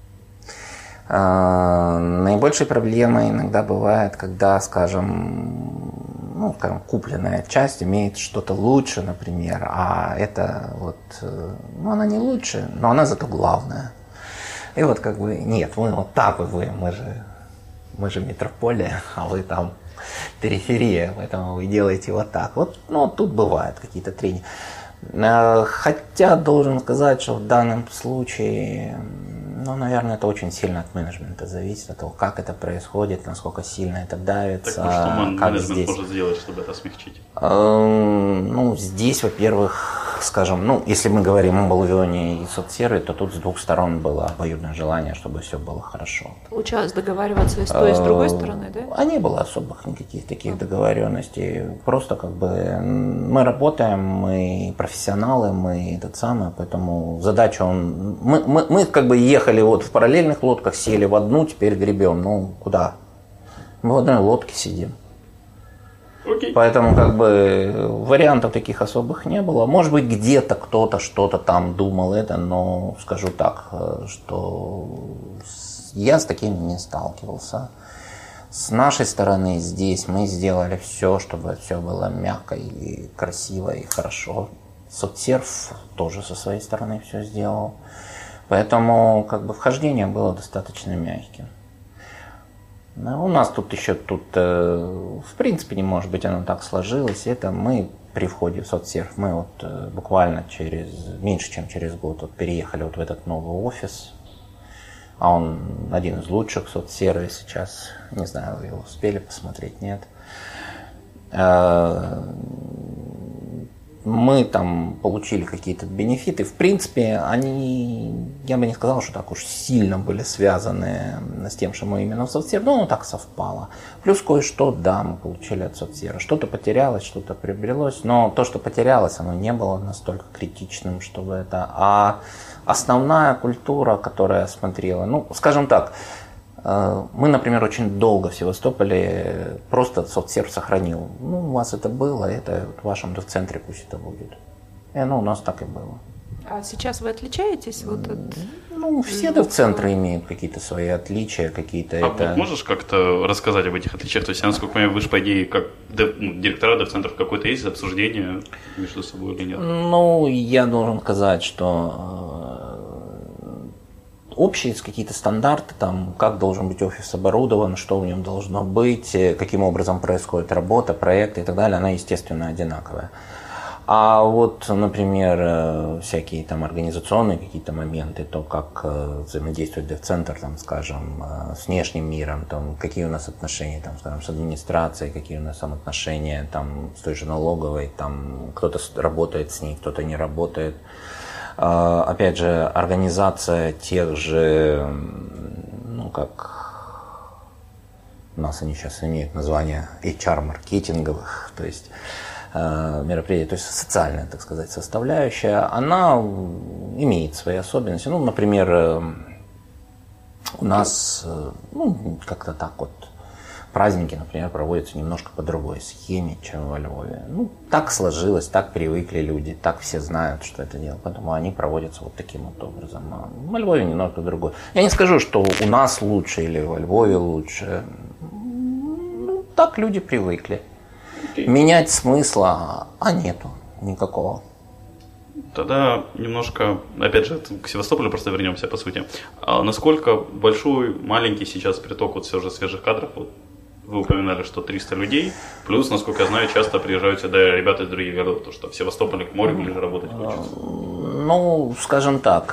Speaker 4: Наибольшей проблемой иногда бывает, когда, скажем, ну, скажем, купленная часть имеет что-то лучше, например, а это вот, ну, она не лучше, но она зато главная. И вот как бы, нет, мы вот так вот, вы, мы же, мы же метрополия, а вы там периферия, поэтому вы делаете вот так. Вот, ну, тут бывают какие-то трения. Хотя должен сказать, что в данном случае, ну, наверное, это очень сильно от менеджмента зависит, от того, как это происходит, насколько сильно это давится.
Speaker 1: Так, ну, что
Speaker 4: как
Speaker 1: менеджмент
Speaker 4: здесь
Speaker 1: может сделать, чтобы это смягчить?
Speaker 4: Ну, здесь, во-первых, скажем, ну, если мы говорим о Балвионе и соцсерве, то тут с двух сторон было обоюдное желание, чтобы все было хорошо.
Speaker 3: Получалось договариваться и с той, и с другой стороны, да?
Speaker 4: А не было особых никаких таких договоренностей. Просто как бы мы работаем, мы профессионалы, мы этот самый, поэтому задача он... Мы, мы, мы как бы ехали вот в параллельных лодках, сели в одну, теперь гребем. Ну, куда? Мы в одной лодке сидим.
Speaker 1: Окей.
Speaker 4: Поэтому как бы вариантов таких особых не было. Может быть, где-то кто-то что-то там думал это, но скажу так, что я с таким не сталкивался. С нашей стороны здесь мы сделали все, чтобы все было мягко и красиво и хорошо. Соцсерв тоже со своей стороны все сделал. Поэтому как бы вхождение было достаточно мягким. У нас тут еще, тут, в принципе, не может быть, оно так сложилось. Это мы при входе в соцсерв, мы вот буквально через, меньше чем через год вот переехали вот в этот новый офис. А он один из лучших в соцсерве сейчас. Не знаю, вы его успели посмотреть, нет. Мы там получили какие-то бенефиты. В принципе, они, я бы не сказал, что так уж сильно были связаны с тем, что мы именно в соцсерве, но оно так совпало. Плюс кое-что, да, мы получили от соцсервера. Что-то потерялось, что-то приобрелось, но то, что потерялось, оно не было настолько критичным, чтобы это... А основная культура, которая я смотрела, ну, скажем так, мы, например, очень долго в Севастополе просто соцсерв сохранил. Ну, у вас это было, это в вашем девцентре пусть это будет. И оно у нас так и было.
Speaker 3: А сейчас вы отличаетесь вот от...
Speaker 4: Ну, все девцентры имеют какие-то свои отличия, какие-то...
Speaker 1: А
Speaker 4: это...
Speaker 1: вот можешь как-то рассказать об этих отличиях? То есть, я, насколько понимаю, вы же, по идее, как дев, ну, директора девцентров, какое-то есть обсуждение между собой или нет?
Speaker 4: Ну, я должен сказать, что общие какие-то стандарты, там, как должен быть офис оборудован, что в нем должно быть, каким образом происходит работа, проекты и так далее, она, естественно, одинаковая. А вот, например, всякие там организационные какие-то моменты, то, как взаимодействует девцентр, там, скажем, с внешним миром, там, какие у нас отношения, там, скажем, с администрацией, какие у нас там отношения там, с той же налоговой, там, кто-то работает с ней, кто-то не работает. Опять же, организация тех же, ну, как у нас они сейчас имеют название эйч ар-маркетинговых, то есть мероприятий, то есть социальная, так сказать, составляющая, она имеет свои особенности. Ну, например, у нас, ну, как-то так вот, праздники, например, проводятся немножко по другой схеме, чем во Львове. Ну, так сложилось, так привыкли люди, так все знают, что это дело, поэтому они проводятся вот таким вот образом. А во Львове немного другой. Я не скажу, что у нас лучше или во Львове лучше. так люди привыкли. Okay. Менять смысла, а нету никакого.
Speaker 1: Тогда немножко, опять же, к Севастополю просто вернемся, по сути. А насколько большой, маленький сейчас приток вот все же свежих кадров? Вот вы упоминали, что триста людей, плюс, насколько я знаю, часто приезжают сюда ребята из других городов, потому что в Севастополе к морю ближе работать хочется.
Speaker 4: Ну, скажем так,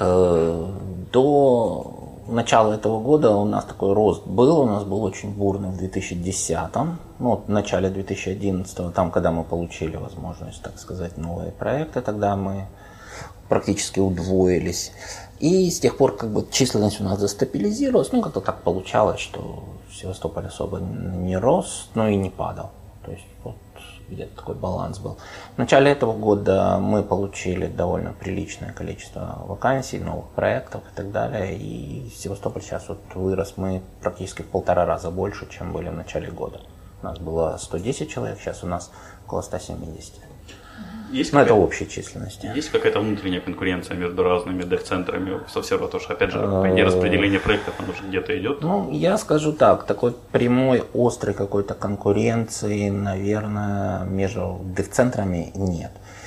Speaker 4: до начала этого года у нас такой рост был, у нас был очень бурный в две тысячи десятом, ну, вот в начале две тысячи одиннадцатого, там, когда мы получили возможность, так сказать, новые проекты, тогда мы практически удвоились. И с тех пор как бы численность у нас застабилизировалась, ну, как-то так получалось, что Севастополь особо не рос, но и не падал. То есть вот где-то такой баланс был. В начале этого года мы получили довольно приличное количество вакансий, новых проектов и так далее. И Севастополь сейчас вот вырос, мы практически в полтора раза больше, чем были в начале года. У нас было сто десять человек, сейчас у нас около ста семидесяти.
Speaker 1: Есть
Speaker 4: Но это общей численности.
Speaker 1: Есть какая-то внутренняя конкуренция между разными дев-центрами в Совсерва? Потому что, опять же, по идее распределения проектов оно же где-то идет.
Speaker 4: Ну, я скажу так, такой прямой, острой какой-то конкуренции, наверное, между дев-центрами нет.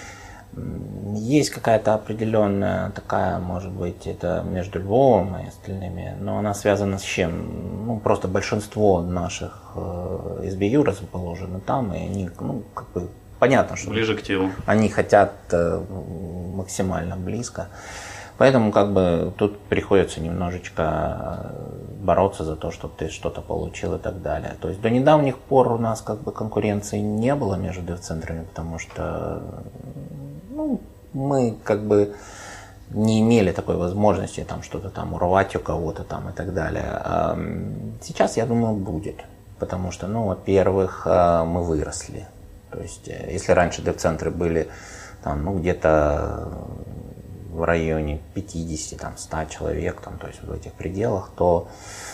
Speaker 4: Есть какая-то определенная такая, может быть, это между Львовом и остальными, но она связана с чем? Ну, просто большинство наших эс би ю расположено там, и они, ну, как бы, понятно, что
Speaker 1: ближе к телу.
Speaker 4: Они хотят максимально близко. Поэтому как бы тут приходится немножечко бороться за то, чтобы ты что-то получил и так далее. То есть до недавних пор у нас как бы конкуренции не было между дев-центрами, потому что ну, мы как бы не имели такой возможности там что-то там урвать у кого-то там и так далее. Сейчас, я думаю, будет. Потому что, ну, во-первых, мы выросли. То есть, если раньше дев-центры были там, ну, где-то в районе пятьдесят-сто человек, там, то есть в этих пределах, то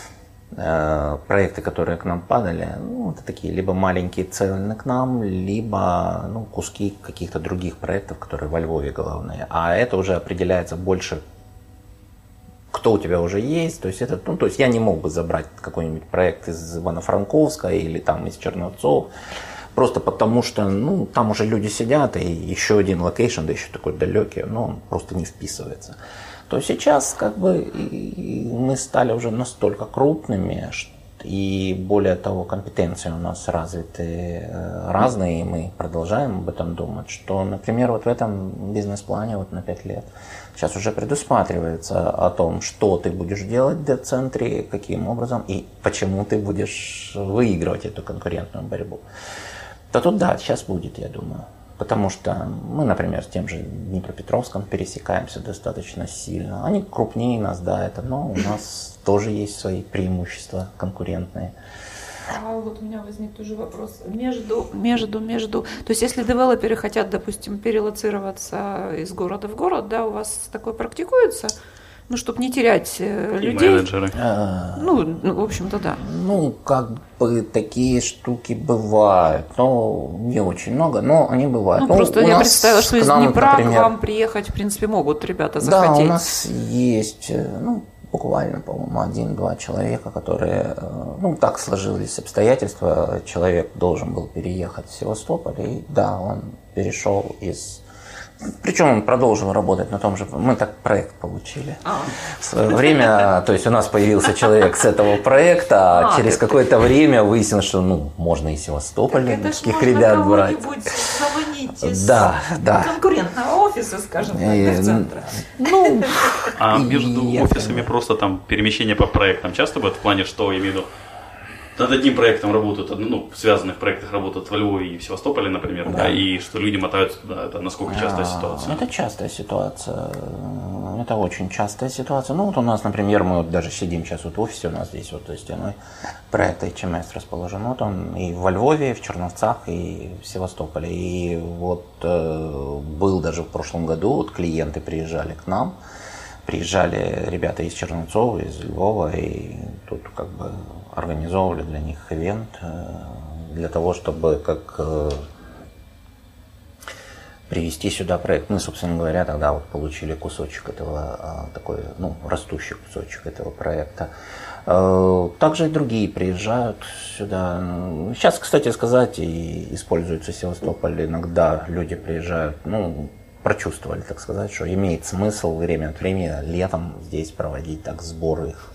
Speaker 4: э, проекты, которые к нам падали, ну, это такие либо маленькие цены к нам, либо ну, куски каких-то других проектов, которые во Львове главные. А это уже определяется больше, кто у тебя уже есть. То есть, это, ну, то есть я не мог бы забрать какой-нибудь проект из Ивано-Франковска или там из Черновцов. Просто потому что, ну, там уже люди сидят, и еще один локейшн, да еще такой далекий, ну, он просто не вписывается. То сейчас, как бы, мы стали уже настолько крупными, и более того, компетенции у нас развиты разные, и мы продолжаем об этом думать, что, например, вот в этом бизнес-плане вот на пять лет сейчас уже предусматривается о том, что ты будешь делать в дев-центре, каким образом и почему ты будешь выигрывать эту конкурентную борьбу. Да тут да, сейчас будет, я думаю. Потому что мы, например, с тем же Днепропетровском пересекаемся достаточно сильно. Они крупнее нас, да, это, но у нас тоже есть свои преимущества конкурентные.
Speaker 3: А вот у меня возник тоже вопрос. Между, между, между... То есть, если девелоперы хотят, допустим, перелоцироваться из города в город, да, у вас такое практикуется? Ну, чтобы не терять
Speaker 1: и
Speaker 3: людей.
Speaker 1: Менеджеры.
Speaker 4: А,
Speaker 3: ну, ну, в общем-то, да.
Speaker 4: Ну, как бы такие штуки бывают, но не очень много, но они бывают.
Speaker 3: Ну,
Speaker 4: ну
Speaker 3: просто я представила, что из
Speaker 4: нам,
Speaker 3: Днепра
Speaker 4: например,
Speaker 3: к вам приехать, в принципе, могут ребята захотеть.
Speaker 4: Да, у нас есть, ну, буквально, по-моему, один-два человека, которые, ну, так сложились обстоятельства, человек должен был переехать в Севастополь, и да, он перешел из... Причем он продолжил работать на том же... Мы так проект получили. А. В свое время, то есть у нас появился человек с этого проекта, а, а через какое-то время выяснилось, что ну, можно и севастопольских ребят брать.
Speaker 3: Звонить из
Speaker 4: да, да.
Speaker 3: конкурентного офиса, скажем так, и, центра.
Speaker 1: Ну, а между офисами просто там перемещение по проектам часто бывает в плане, что я имею в виду, над одним проектом работают, ну, в связанных проектах работают во Львове и в Севастополе, например, да. Да, и что люди мотаются туда, это насколько частая ситуация?
Speaker 4: Это частая ситуация, это очень частая ситуация. Ну, вот у нас, например, мы вот даже сидим сейчас вот в офисе, у нас здесь вот за стеной проект эйч эм эс расположен. Вот он и во Львове, и в Черновцах, и в Севастополе. И вот э, был даже в прошлом году, вот клиенты приезжали к нам, приезжали ребята из Черновцов, из Львова, и тут как бы организовывали для них ивент для того, чтобы как привести сюда проект. Мы, собственно говоря, тогда вот получили кусочек этого, такой, ну, растущий кусочек этого проекта. Также и другие приезжают сюда. Сейчас, кстати сказать, и используется Севастополь. Иногда люди приезжают, ну, прочувствовали, так сказать, что имеет смысл время от времени летом здесь проводить так сборы их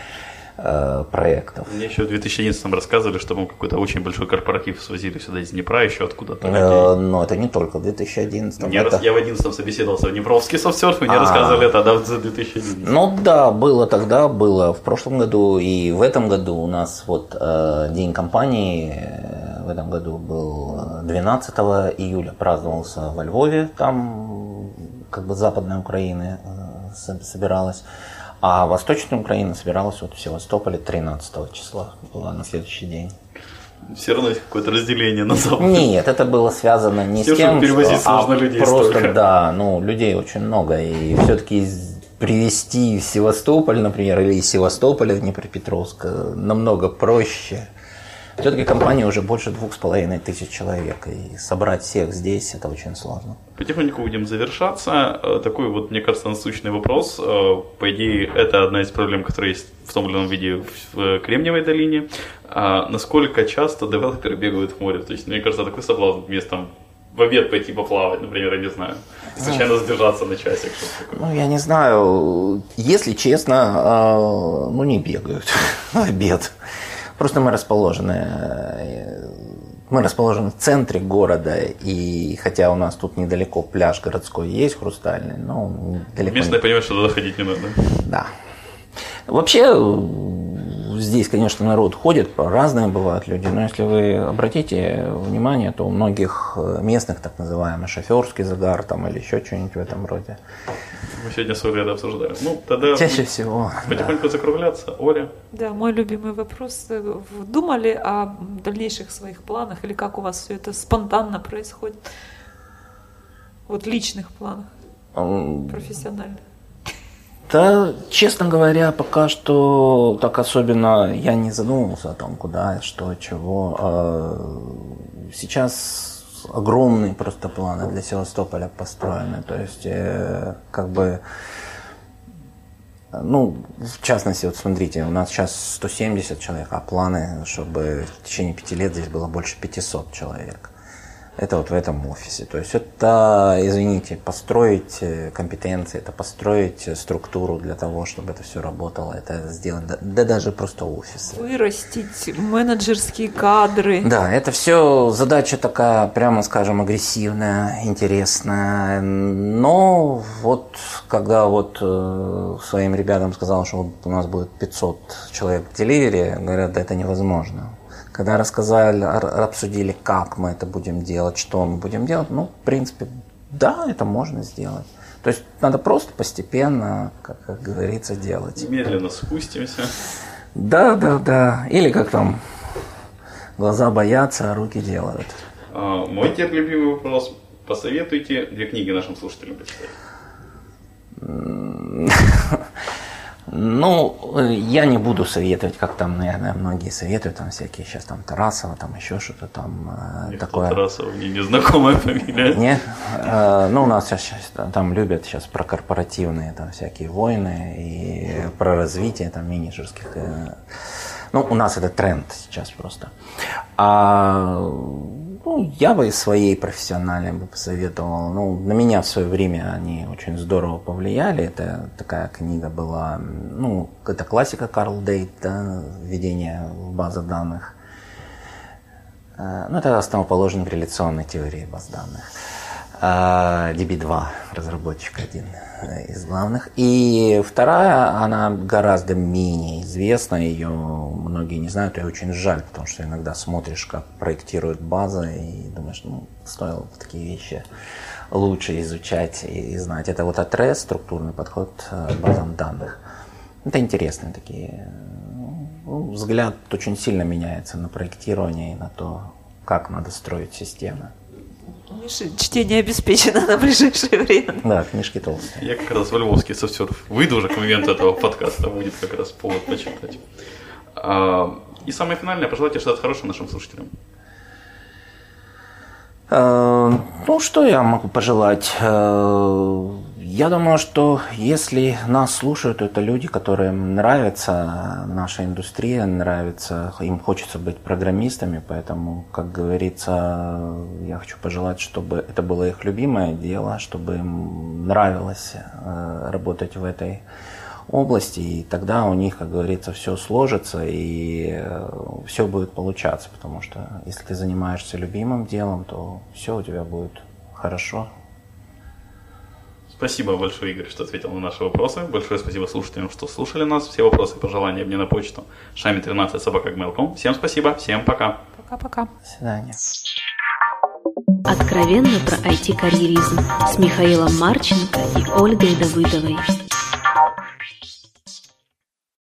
Speaker 4: э, проектов.
Speaker 1: Мне еще в две тысячи одиннадцатом рассказывали, что мы какой-то очень большой корпоратив свозили сюда из Днепра, еще откуда-то.
Speaker 4: Э, но это не только в две тысячи одиннадцатом.
Speaker 1: Мне
Speaker 4: это...
Speaker 1: раз, я в две тысячи одиннадцатом собеседовался в Днепровский софтсерф, мне а, рассказывали это, да, в две тысячи одиннадцатом.
Speaker 4: Ну да, было тогда, было в прошлом году, и в этом году у нас вот э, День компании. В этом году был двенадцатого июля, праздновался во Львове, там как бы Западная Украина собиралась, а Восточная Украина собиралась вот в Севастополе тринадцатого числа, была на следующий день.
Speaker 1: Все равно есть какое-то разделение на Запад.
Speaker 4: Нет, это было связано не с тем,
Speaker 1: тем перевозить
Speaker 4: что,
Speaker 1: сложно
Speaker 4: а
Speaker 1: людей
Speaker 4: просто,
Speaker 1: столько.
Speaker 4: Да, ну, людей очень много, и все-таки привезти в Севастополь, например, или из Севастополя в Днепропетровск намного проще. Все-таки компания уже больше двух с половиной тысяч человек, и собрать всех здесь это очень сложно.
Speaker 1: Потихоньку будем завершаться. Такой вот, мне кажется, насущный вопрос. По идее, это одна из проблем, которые есть в том или ином виде в Кремниевой долине. А насколько часто девелоперы бегают в море? То есть, мне кажется, такой соблазн вместо там в обед пойти поплавать, например, я не знаю. И случайно задержаться на часик, что-то такое.
Speaker 4: Ну, я не знаю. Если честно, ну, не бегают в обед. Просто мы расположены, мы расположены в центре города, и хотя у нас тут недалеко пляж городской есть, хрустальный, но далеко
Speaker 1: Местные
Speaker 4: не...
Speaker 1: понимают, что туда ходить не надо.
Speaker 4: Да. Вообще, здесь, конечно, народ ходит, разные бывают люди, но если вы обратите внимание, то у многих местных, так называемый шоферский загар там, или еще что-нибудь в этом роде.
Speaker 1: Мы сегодня с Олей это обсуждали. Ну, тогда
Speaker 4: чаще всего.
Speaker 1: Потихоньку да. закругляться. Оля?
Speaker 3: Да, мой любимый вопрос. Думали о дальнейших своих планах или как у вас все это спонтанно происходит? Вот личных планах, профессиональных.
Speaker 4: Да, честно говоря, пока что так особенно я не задумывался о том, куда, что, чего. Сейчас огромные просто планы для Севастополя построены. То есть, э, как бы, ну, в частности, вот смотрите, у нас сейчас сто семьдесят человек, а планы, чтобы в течение пяти лет здесь было больше пятисот человек. Это вот в этом офисе. То есть это, извините, построить компетенции, это построить структуру для того, чтобы это все работало, это сделать, да, да даже просто офисы.
Speaker 3: Вырастить менеджерские кадры.
Speaker 4: Да, это все задача такая, прямо скажем, агрессивная, интересная. Но вот когда вот э, своим ребятам сказал, что вот у нас будет пятьсот человек в деливере, говорят, да это невозможно. Когда рассказали, обсудили, как мы это будем делать, что мы будем делать, ну, в принципе, да, это можно сделать. То есть надо просто постепенно, как, как говорится, делать.
Speaker 1: Медленно спустимся.
Speaker 4: Да, да, да. Или как там, глаза боятся, а руки делают.
Speaker 1: А, мой теперь любимый вопрос. Посоветуйте две книги нашим слушателям почитать.
Speaker 4: Ну, я не буду советовать, как там, наверное, многие советуют, там всякие сейчас там Тарасова, там еще что-то там
Speaker 1: Нет,
Speaker 4: такое.
Speaker 1: Тарасова, мне незнакомая фамилия.
Speaker 4: Нет? Ну, у нас сейчас там любят сейчас про корпоративные там всякие войны и про развитие там менеджерских. Ну, у нас это тренд сейчас просто. А, ну, я бы из своей профессиональной бы посоветовал. Ну, на меня в свое время они очень здорово повлияли. Это такая книга была, ну, это классика Карл Дейт, да, введение в базы данных. Ну, это основоположник реляционной теории баз данных. ди би два, разработчик один из главных. И вторая, она гораздо менее известна, ее многие не знают, и очень жаль, потому что иногда смотришь, как проектируют базы, и думаешь, ну, стоило бы такие вещи лучше изучать и знать. Это вот АТРЭС, структурный подход к базам данных. Это интересные такие. Ну, взгляд очень сильно меняется на проектирование и на то, как надо строить системы.
Speaker 3: Миша, чтение обеспечено на ближайшее время.
Speaker 4: Да, книжки толстые.
Speaker 1: Я как раз во Львовский софтсерф выйду уже к моменту этого подкаста, будет как раз повод почитать. И самое финальное, пожелайте что-то хорошее нашим слушателям.
Speaker 4: Ну, что я могу пожелать? Я думаю, что если нас слушают, это люди, которым нравится наша индустрия, нравится, им хочется быть программистами, поэтому, как говорится, я хочу пожелать, чтобы это было их любимое дело, чтобы им нравилось работать в этой области, и тогда у них, как говорится, все сложится и все будет получаться, потому что если ты занимаешься любимым делом, то все у тебя будет хорошо.
Speaker 1: Спасибо большое, Игорь, что ответил на наши вопросы. Большое спасибо слушателям, что слушали нас. Все вопросы и пожелания мне на почту шами тринадцать собака джи мейл точка ком. Всем спасибо, всем пока.
Speaker 3: Пока-пока.
Speaker 4: До свидания.
Speaker 2: Откровенно про ай ти-карьеризм с Михаилом Марченко и Ольгой Давыдовой.